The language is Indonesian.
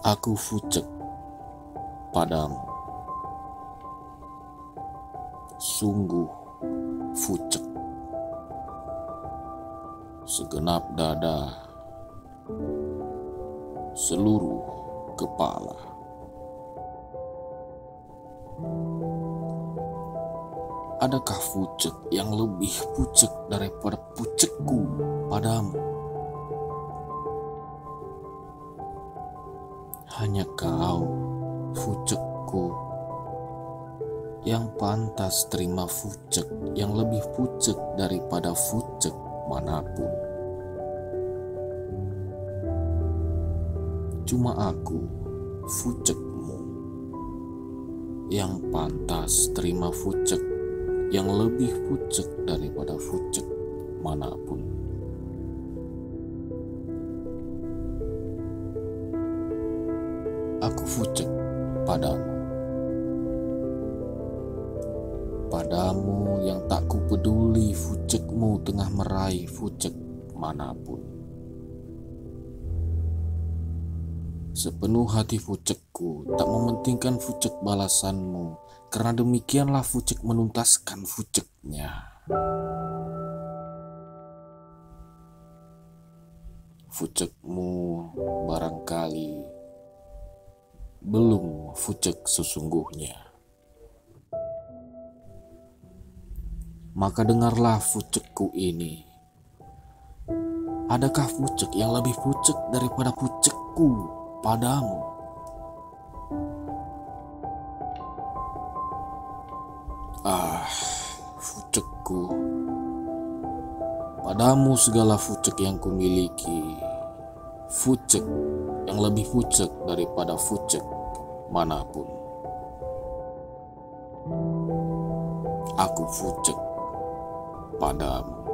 Aku fucek padamu, sungguh fucek. Segenap dada, seluruh kepala. Adakah fucek yang lebih fucek daripada fucekku padamu? Hanya kau, fucekku, yang pantas terima fucek yang lebih fucek daripada fucek manapun. Cuma aku, fucekmu, yang pantas terima fucek yang lebih fucek daripada fucek manapun. Aku fucek padamu yang tak kupeduli fucekmu tengah meraih fucek manapun. Sepenuh hati fucekku tak mementingkan fucek balasanmu, karena demikianlah fucek menuntaskan fuceknya. Fucekmu barangkali belum fucek sesungguhnya. Maka dengarlah fucekku ini. Adakah fucek yang lebih fucek daripada fucekku padamu? Fucekku, padamu segala fucek yang kumiliki, fucek yang lebih fucek daripada fucek manapun. Aku fucek padamu.